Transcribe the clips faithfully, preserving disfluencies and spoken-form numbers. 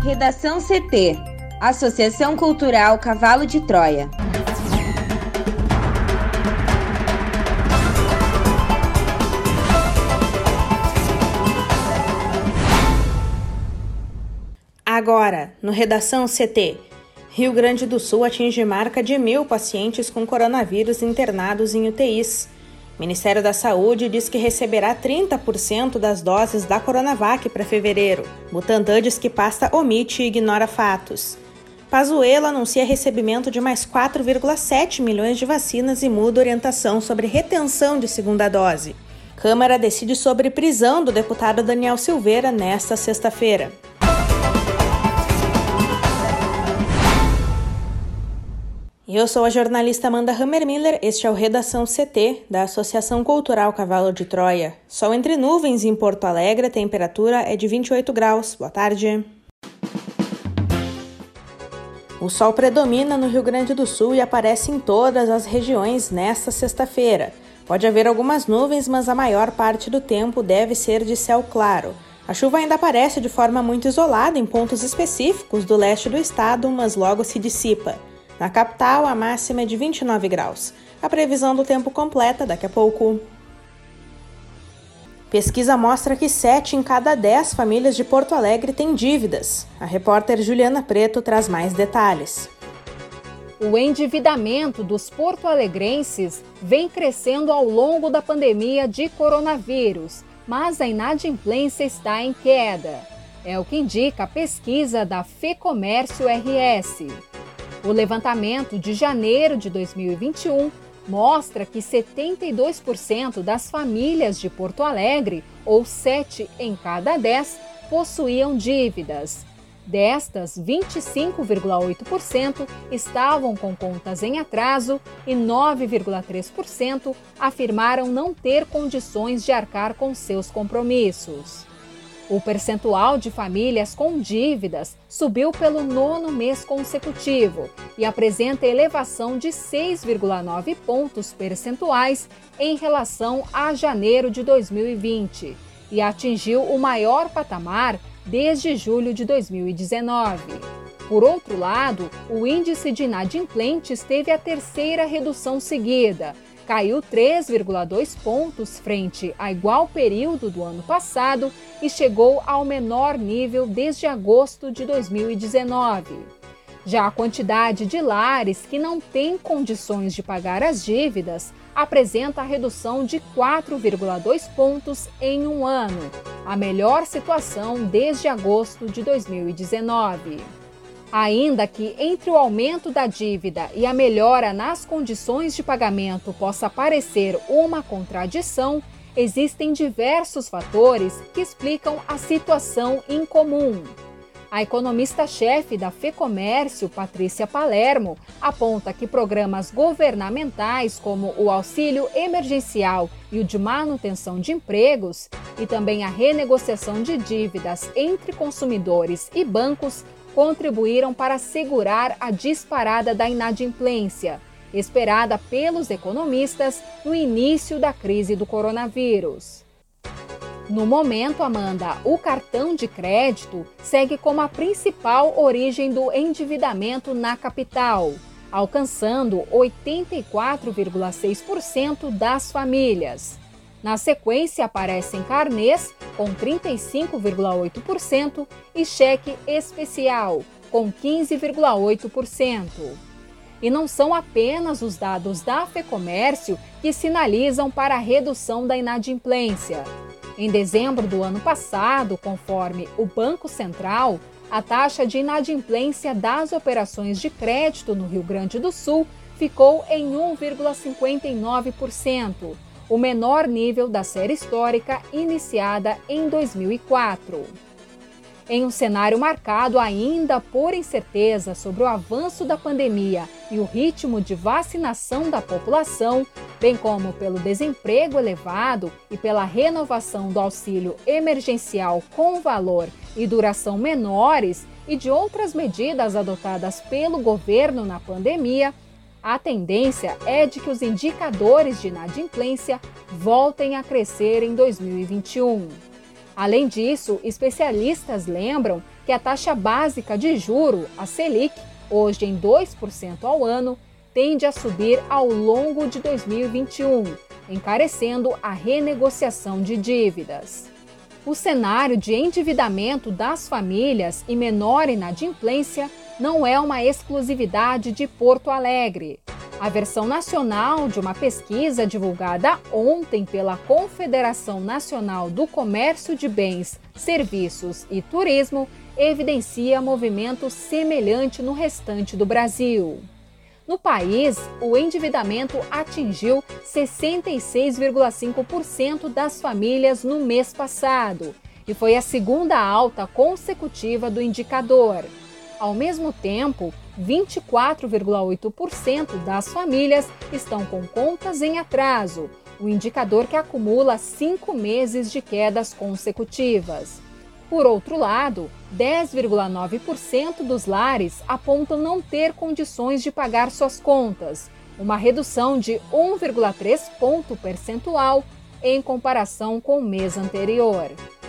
Redação C T, Associação Cultural Cavalo de Troia. Agora, no Redação C T, Rio Grande do Sul atinge marca de mil pacientes com coronavírus internados em U T Is. O Ministério da Saúde diz que receberá trinta por cento das doses da Coronavac para fevereiro. Butantan diz que pasta omite e ignora fatos. Pazuello anuncia recebimento de mais quatro vírgula sete milhões de vacinas e muda orientação sobre retenção de segunda dose. Câmara decide sobre prisão do deputado Daniel Silveira nesta sexta-feira. Eu sou a jornalista Amanda Hammermiller, este é o Redação C T, da Associação Cultural Cavalo de Troia. Sol entre nuvens em Porto Alegre, a temperatura é de vinte e oito graus. Boa tarde. O sol predomina no Rio Grande do Sul e aparece em todas as regiões nesta sexta-feira. Pode haver algumas nuvens, mas a maior parte do tempo deve ser de céu claro. A chuva ainda aparece de forma muito isolada em pontos específicos do leste do estado, mas logo se dissipa. Na capital, a máxima é de vinte e nove graus. A previsão do tempo completa daqui a pouco. Pesquisa mostra que sete em cada dez famílias de Porto Alegre têm dívidas. A repórter Juliana Preto traz mais detalhes. O endividamento dos porto-alegrenses vem crescendo ao longo da pandemia de coronavírus, mas a inadimplência está em queda. É o que indica a pesquisa da FEComércio R S. O levantamento de janeiro de dois mil e vinte e um mostra que setenta e dois por cento das famílias de Porto Alegre, ou sete em cada dez, possuíam dívidas. Destas, vinte e cinco vírgula oito por cento estavam com contas em atraso e nove vírgula três por cento afirmaram não ter condições de arcar com seus compromissos. O percentual de famílias com dívidas subiu pelo nono mês consecutivo e apresenta elevação de seis vírgula nove pontos percentuais em relação a janeiro de dois mil e vinte e atingiu o maior patamar desde julho de dois mil e dezenove. Por outro lado, o índice de inadimplentes teve a terceira redução seguida. Caiu três vírgula dois pontos frente a igual período do ano passado e chegou ao menor nível desde agosto de dois mil e dezenove. Já a quantidade de lares que não têm condições de pagar as dívidas apresenta a redução de quatro vírgula dois pontos em um ano, a melhor situação desde agosto de dois mil e dezenove. Ainda que entre o aumento da dívida e a melhora nas condições de pagamento possa parecer uma contradição, existem diversos fatores que explicam a situação incomum. A economista-chefe da FEComércio, Patrícia Palermo, aponta que programas governamentais como o auxílio emergencial e o de manutenção de empregos e também a renegociação de dívidas entre consumidores e bancos contribuíram para segurar a disparada da inadimplência, esperada pelos economistas no início da crise do coronavírus. No momento, Amanda, o cartão de crédito segue como a principal origem do endividamento na capital, alcançando oitenta e quatro vírgula seis por cento das famílias. Na sequência, aparecem carnês, com trinta e cinco vírgula oito por cento, e cheque especial, com quinze vírgula oito por cento. E não são apenas os dados da FEComércio que sinalizam para a redução da inadimplência. Em dezembro do ano passado, conforme o Banco Central, a taxa de inadimplência das operações de crédito no Rio Grande do Sul ficou em um vírgula cinquenta e nove por cento. O menor nível da série histórica iniciada em dois mil e quatro. Em um cenário marcado ainda por incerteza sobre o avanço da pandemia e o ritmo de vacinação da população, bem como pelo desemprego elevado e pela renovação do auxílio emergencial com valor e duração menores e de outras medidas adotadas pelo governo na pandemia, a tendência é de que os indicadores de inadimplência voltem a crescer em dois mil e vinte e um. Além disso, especialistas lembram que a taxa básica de juro, a Selic, hoje em dois por cento ao ano, tende a subir ao longo de dois mil e vinte e um, encarecendo a renegociação de dívidas. O cenário de endividamento das famílias e menor inadimplência não é uma exclusividade de Porto Alegre. A versão nacional de uma pesquisa divulgada ontem pela Confederação Nacional do Comércio de Bens, Serviços e Turismo evidencia movimento semelhante no restante do Brasil. No país, o endividamento atingiu sessenta e seis vírgula cinco por cento das famílias no mês passado e foi a segunda alta consecutiva do indicador. Ao mesmo tempo, vinte e quatro vírgula oito por cento das famílias estão com contas em atraso, o indicador que acumula cinco meses de quedas consecutivas. Por outro lado, dez vírgula nove por cento dos lares apontam não ter condições de pagar suas contas, uma redução de um vírgula três ponto percentual em comparação com o mês anterior.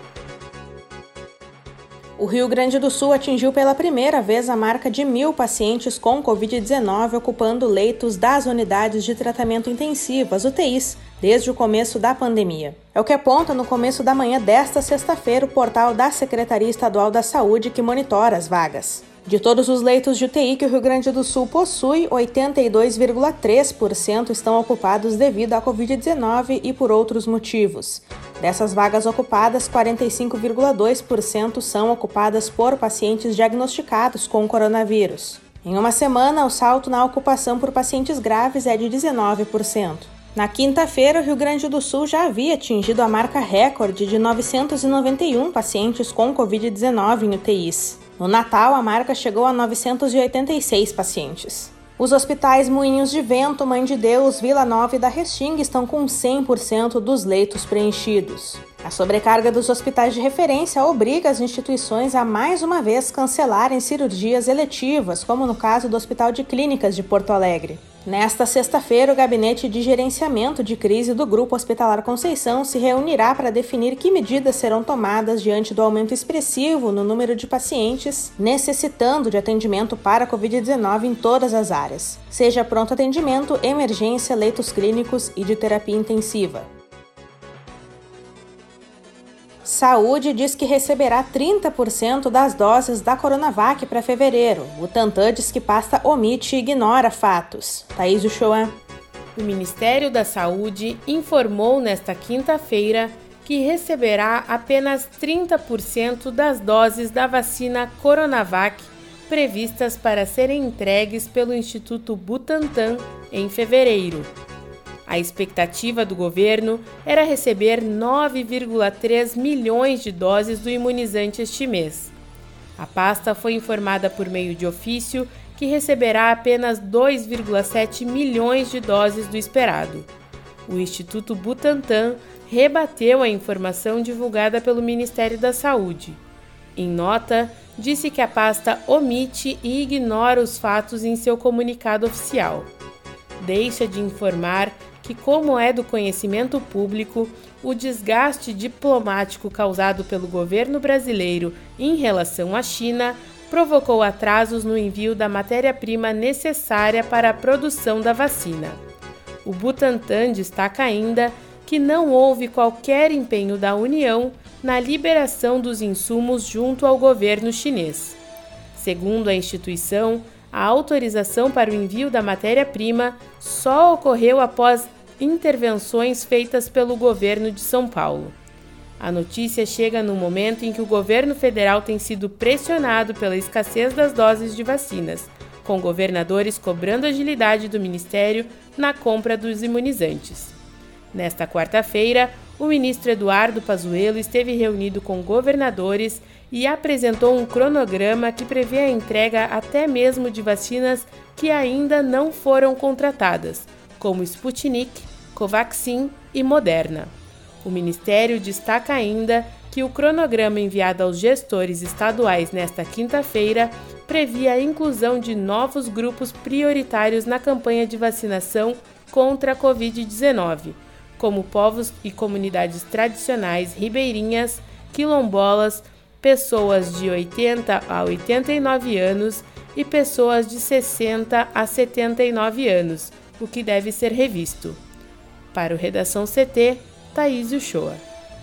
O Rio Grande do Sul atingiu pela primeira vez a marca de mil pacientes com covid dezenove ocupando leitos das unidades de tratamento intensivo, as U T Is, desde o começo da pandemia. É o que aponta no começo da manhã desta sexta-feira o portal da Secretaria Estadual da Saúde que monitora as vagas. De todos os leitos de U T I que o Rio Grande do Sul possui, oitenta e dois vírgula três por cento estão ocupados devido à covid dezenove e por outros motivos. Dessas vagas ocupadas, quarenta e cinco vírgula dois por cento são ocupadas por pacientes diagnosticados com coronavírus. Em uma semana, o salto na ocupação por pacientes graves é de dezenove por cento. Na quinta-feira, o Rio Grande do Sul já havia atingido a marca recorde de novecentos e noventa e um pacientes com covid dezenove em U T Is. No Natal, a marca chegou a novecentos e oitenta e seis pacientes. Os hospitais Moinhos de Vento, Mãe de Deus, Vila Nova e da Restinga estão com cem por cento dos leitos preenchidos. A sobrecarga dos hospitais de referência obriga as instituições a mais uma vez cancelarem cirurgias eletivas, como no caso do Hospital de Clínicas de Porto Alegre. Nesta sexta-feira, o Gabinete de Gerenciamento de Crise do Grupo Hospitalar Conceição se reunirá para definir que medidas serão tomadas diante do aumento expressivo no número de pacientes necessitando de atendimento para covid dezenove em todas as áreas, seja pronto atendimento, emergência, leitos clínicos e de terapia intensiva. Saúde diz que receberá trinta por cento das doses da Coronavac para fevereiro. O Butantan diz que pasta omite e ignora fatos. Thaís Uchoa. O Ministério da Saúde informou nesta quinta-feira que receberá apenas trinta por cento das doses da vacina Coronavac previstas para serem entregues pelo Instituto Butantan em fevereiro. A expectativa do governo era receber nove vírgula três milhões de doses do imunizante este mês. A pasta foi informada por meio de ofício que receberá apenas dois vírgula sete milhões de doses do esperado. O Instituto Butantan rebateu a informação divulgada pelo Ministério da Saúde. Em nota, disse que a pasta omite e ignora os fatos em seu comunicado oficial. Deixa de informar que, como é do conhecimento público, o desgaste diplomático causado pelo governo brasileiro em relação à China provocou atrasos no envio da matéria-prima necessária para a produção da vacina. O Butantan destaca ainda que não houve qualquer empenho da União na liberação dos insumos junto ao governo chinês. Segundo a instituição, a autorização para o envio da matéria-prima só ocorreu após intervenções feitas pelo governo de São Paulo. A notícia chega no momento em que o governo federal tem sido pressionado pela escassez das doses de vacinas, com governadores cobrando agilidade do Ministério na compra dos imunizantes. Nesta quarta-feira, o ministro Eduardo Pazuello esteve reunido com governadores e apresentou um cronograma que prevê a entrega até mesmo de vacinas que ainda não foram contratadas, como Sputnik, Covaxin e Moderna. O Ministério destaca ainda que o cronograma enviado aos gestores estaduais nesta quinta-feira previa a inclusão de novos grupos prioritários na campanha de vacinação contra a covid dezenove, como povos e comunidades tradicionais ribeirinhas, quilombolas, pessoas de oitenta a oitenta e nove anos e pessoas de sessenta a setenta e nove anos, o que deve ser revisto. Para o Redação C T, Thaís Uchoa.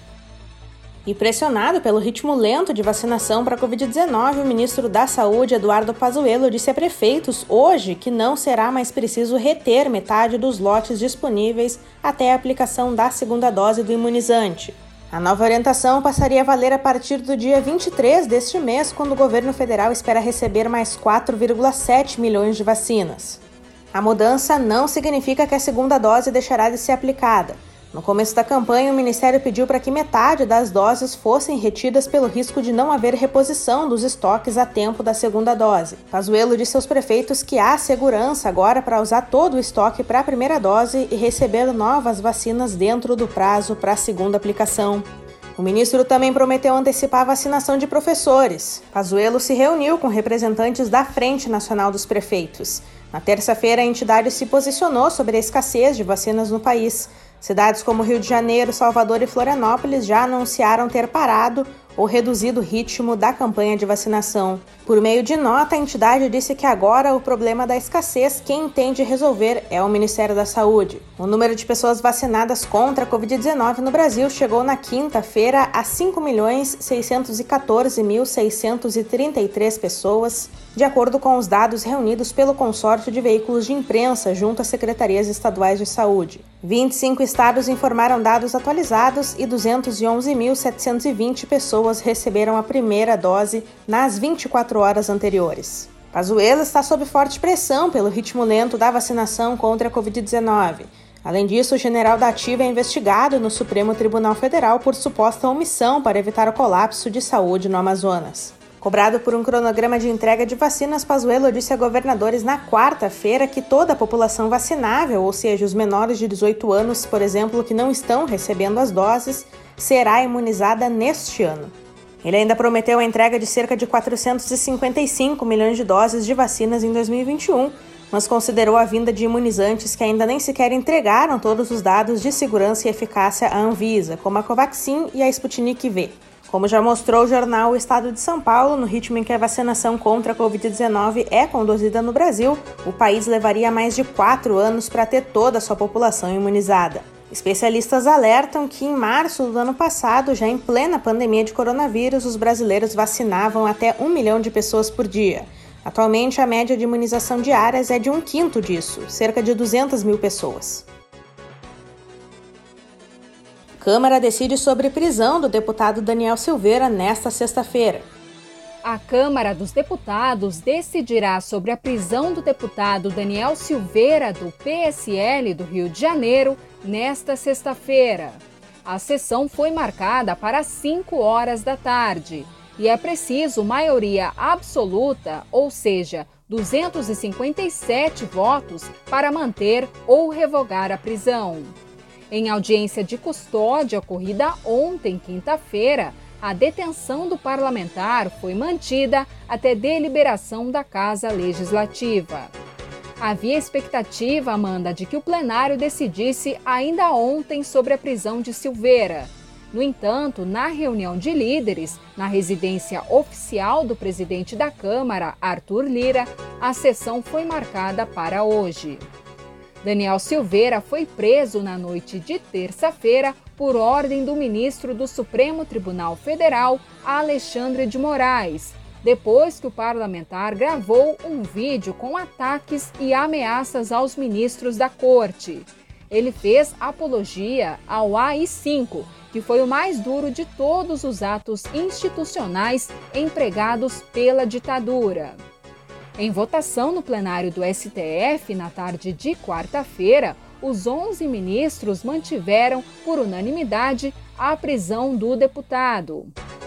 E pressionado pelo ritmo lento de vacinação para a covid dezenove, o ministro da Saúde, Eduardo Pazuello, disse a prefeitos hoje que não será mais preciso reter metade dos lotes disponíveis até a aplicação da segunda dose do imunizante. A nova orientação passaria a valer a partir do dia vinte e três deste mês, quando o governo federal espera receber mais quatro vírgula sete milhões de vacinas. A mudança não significa que a segunda dose deixará de ser aplicada. No começo da campanha, o Ministério pediu para que metade das doses fossem retidas pelo risco de não haver reposição dos estoques a tempo da segunda dose. Pazuello disse aos prefeitos que há segurança agora para usar todo o estoque para a primeira dose e receber novas vacinas dentro do prazo para a segunda aplicação. O ministro também prometeu antecipar a vacinação de professores. Pazuello se reuniu com representantes da Frente Nacional dos Prefeitos. Na terça-feira, a entidade se posicionou sobre a escassez de vacinas no país. Cidades como Rio de Janeiro, Salvador e Florianópolis já anunciaram ter parado ou reduzido o ritmo da campanha de vacinação. Por meio de nota, a entidade disse que agora o problema da escassez quem entende resolver é o Ministério da Saúde. O número de pessoas vacinadas contra a covid dezenove no Brasil chegou na quinta-feira a cinco milhões seiscentos e quatorze mil seiscentos e trinta e três pessoas, de acordo com os dados reunidos pelo consórcio de veículos de imprensa junto às secretarias estaduais de saúde. vinte e cinco estados informaram dados atualizados e duzentos e onze mil setecentos e vinte pessoas receberam a primeira dose nas vinte e quatro horas anteriores. Pazuello está sob forte pressão pelo ritmo lento da vacinação contra a covid dezenove. Além disso, o general da ativa é investigado no Supremo Tribunal Federal por suposta omissão para evitar o colapso de saúde no Amazonas. Cobrado por um cronograma de entrega de vacinas, Pazuello disse a governadores na quarta-feira que toda a população vacinável, ou seja, os menores de dezoito anos, por exemplo, que não estão recebendo as doses, será imunizada neste ano. Ele ainda prometeu a entrega de cerca de quatrocentos e cinquenta e cinco milhões de doses de vacinas em dois mil e vinte e um, mas considerou a vinda de imunizantes que ainda nem sequer entregaram todos os dados de segurança e eficácia à Anvisa, como a Covaxin e a Sputnik V. Como já mostrou o jornal O Estado de São Paulo, no ritmo em que a vacinação contra a covid dezenove é conduzida no Brasil, o país levaria mais de quatro anos para ter toda a sua população imunizada. Especialistas alertam que em março do ano passado, já em plena pandemia de coronavírus, os brasileiros vacinavam até um milhão de pessoas por dia. Atualmente, a média de imunização diárias é de um quinto disso, cerca de duzentas mil pessoas. Câmara decide sobre prisão do deputado Daniel Silveira nesta sexta-feira. A Câmara dos Deputados decidirá sobre a prisão do deputado Daniel Silveira, do P S L do Rio de Janeiro, nesta sexta-feira. A sessão foi marcada para cinco horas da tarde e é preciso maioria absoluta, ou seja, duzentos e cinquenta e sete votos, para manter ou revogar a prisão. Em audiência de custódia ocorrida ontem, quinta-feira, a detenção do parlamentar foi mantida até deliberação da Casa Legislativa. Havia expectativa, Amanda, de que o plenário decidisse ainda ontem sobre a prisão de Silveira. No entanto, na reunião de líderes, na residência oficial do presidente da Câmara, Arthur Lira, a sessão foi marcada para hoje. Daniel Silveira foi preso na noite de terça-feira por ordem do ministro do Supremo Tribunal Federal, Alexandre de Moraes, depois que o parlamentar gravou um vídeo com ataques e ameaças aos ministros da corte. Ele fez apologia ao A I cinco, que foi o mais duro de todos os atos institucionais empregados pela ditadura. Em votação no plenário do S T F, na tarde de quarta-feira, os onze ministros mantiveram, por unanimidade, a prisão do deputado.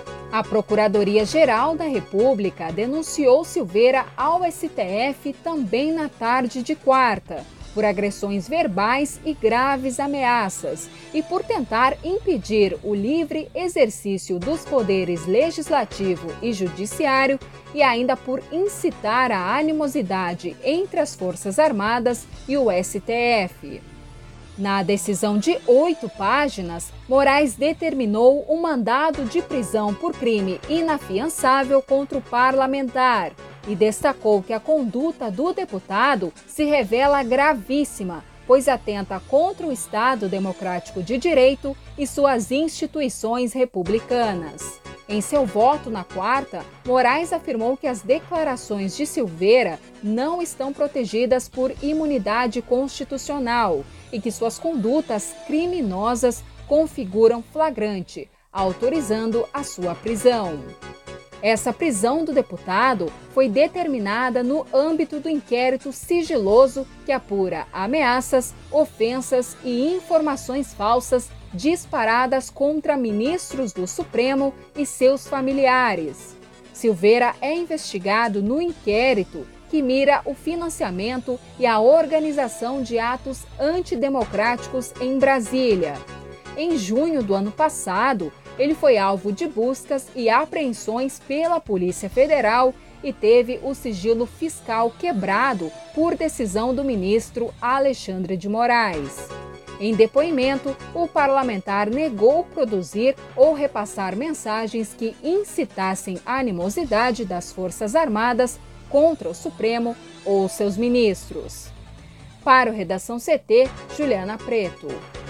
A Procuradoria-Geral da República denunciou Silveira ao S T F também na tarde de quarta, por agressões verbais e graves ameaças e por tentar impedir o livre exercício dos poderes legislativo e judiciário e ainda por incitar a animosidade entre as Forças Armadas e o S T F. Na decisão de oito páginas, Moraes determinou um mandado de prisão por crime inafiançável contra o parlamentar e destacou que a conduta do deputado se revela gravíssima, pois atenta contra o Estado Democrático de Direito e suas instituições republicanas. Em seu voto na quarta, Moraes afirmou que as declarações de Silveira não estão protegidas por imunidade constitucional e que suas condutas criminosas configuram flagrante, autorizando a sua prisão. Essa prisão do deputado foi determinada no âmbito do inquérito sigiloso que apura ameaças, ofensas e informações falsas disparadas contra ministros do Supremo e seus familiares. Silveira é investigado no inquérito que mira o financiamento e a organização de atos antidemocráticos em Brasília. Em junho do ano passado, ele foi alvo de buscas e apreensões pela Polícia Federal e teve o sigilo fiscal quebrado por decisão do ministro Alexandre de Moraes. Em depoimento, o parlamentar negou produzir ou repassar mensagens que incitassem a animosidade das Forças Armadas contra o Supremo ou seus ministros. Para o Redação C T, Juliana Preto.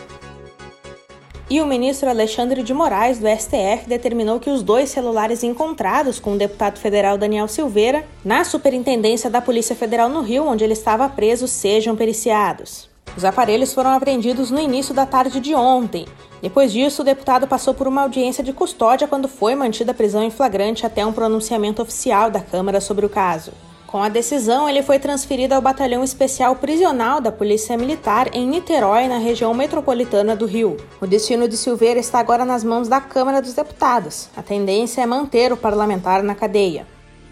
E o ministro Alexandre de Moraes, do S T F, determinou que os dois celulares encontrados com o deputado federal Daniel Silveira na Superintendência da Polícia Federal no Rio, onde ele estava preso, sejam periciados. Os aparelhos foram apreendidos no início da tarde de ontem. Depois disso, o deputado passou por uma audiência de custódia quando foi mantida a prisão em flagrante até um pronunciamento oficial da Câmara sobre o caso. Com a decisão, ele foi transferido ao Batalhão Especial Prisional da Polícia Militar em Niterói, na região metropolitana do Rio. O destino de Silveira está agora nas mãos da Câmara dos Deputados. A tendência é manter o parlamentar na cadeia.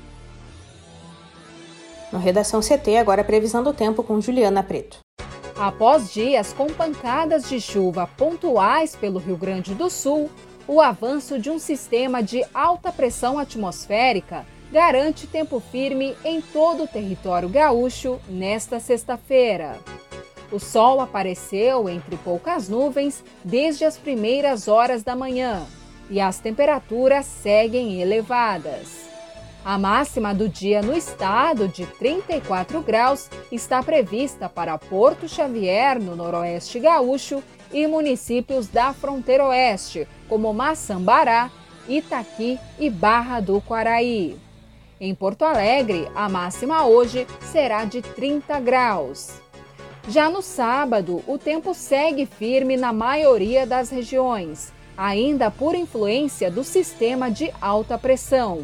No Redação C T, agora a previsão do tempo com Juliana Preto. Após dias com pancadas de chuva pontuais pelo Rio Grande do Sul, o avanço de um sistema de alta pressão atmosférica garante tempo firme em todo o território gaúcho nesta sexta-feira. O sol apareceu entre poucas nuvens desde as primeiras horas da manhã e as temperaturas seguem elevadas. A máxima do dia no estado, de trinta e quatro graus, está prevista para Porto Xavier, no noroeste gaúcho, e municípios da fronteira oeste, como Maçambará, Itaqui e Barra do Quaraí. Em Porto Alegre, a máxima hoje será de trinta graus. Já no sábado, o tempo segue firme na maioria das regiões, ainda por influência do sistema de alta pressão.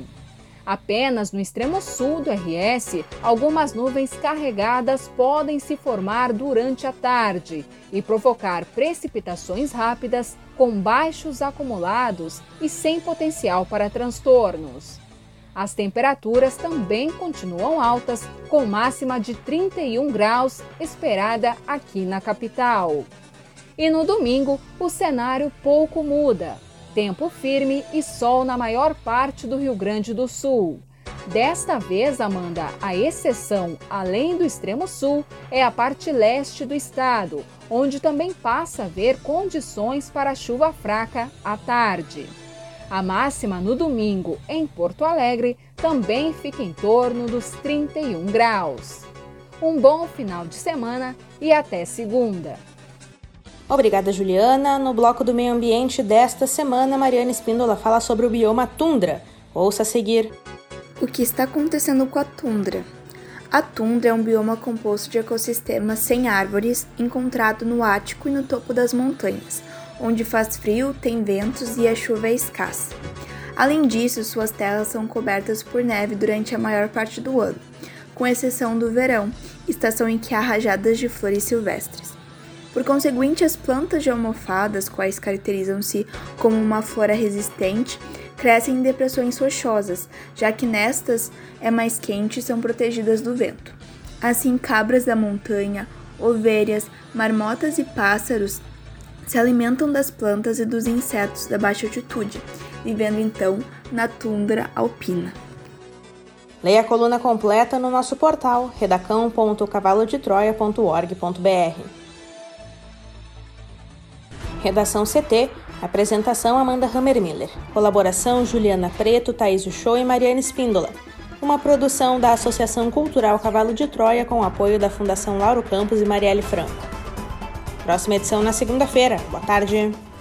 Apenas no extremo sul do R S, algumas nuvens carregadas podem se formar durante a tarde e provocar precipitações rápidas com baixos acumulados e sem potencial para transtornos. As temperaturas também continuam altas, com máxima de trinta e um graus esperada aqui na capital. E no domingo, o cenário pouco muda. Tempo firme e sol na maior parte do Rio Grande do Sul. Desta vez, Amanda, a exceção, além do extremo sul, é a parte leste do estado, onde também passa a haver condições para chuva fraca à tarde. A máxima no domingo em Porto Alegre também fica em torno dos trinta e um graus. Um bom final de semana e até segunda. Obrigada, Juliana. No bloco do meio ambiente desta semana, Mariana Espíndola fala sobre o bioma tundra. Ouça a seguir. O que está acontecendo com a tundra? A tundra é um bioma composto de ecossistemas sem árvores, encontrado no Ártico e no topo das montanhas, onde faz frio, tem ventos e a chuva é escassa. Além disso, suas terras são cobertas por neve durante a maior parte do ano, com exceção do verão, estação em que há rajadas de flores silvestres. Por conseguinte, as plantas de almofadas, quais caracterizam-se como uma flora resistente, crescem em depressões rochosas, já que nestas é mais quente e são protegidas do vento. Assim, cabras da montanha, ovelhas, marmotas e pássaros se alimentam das plantas e dos insetos da baixa altitude, vivendo então na tundra alpina. Leia a coluna completa no nosso portal redacão ponto cavalo de troia ponto org ponto br. Redação C T, apresentação Amanda Hammermiller. Colaboração Juliana Preto, Thaís Uchoa e Mariana Espíndola. Uma produção da Associação Cultural Cavalo de Troia com o apoio da Fundação Lauro Campos e Marielle Franco. Próxima edição na segunda-feira. Boa tarde.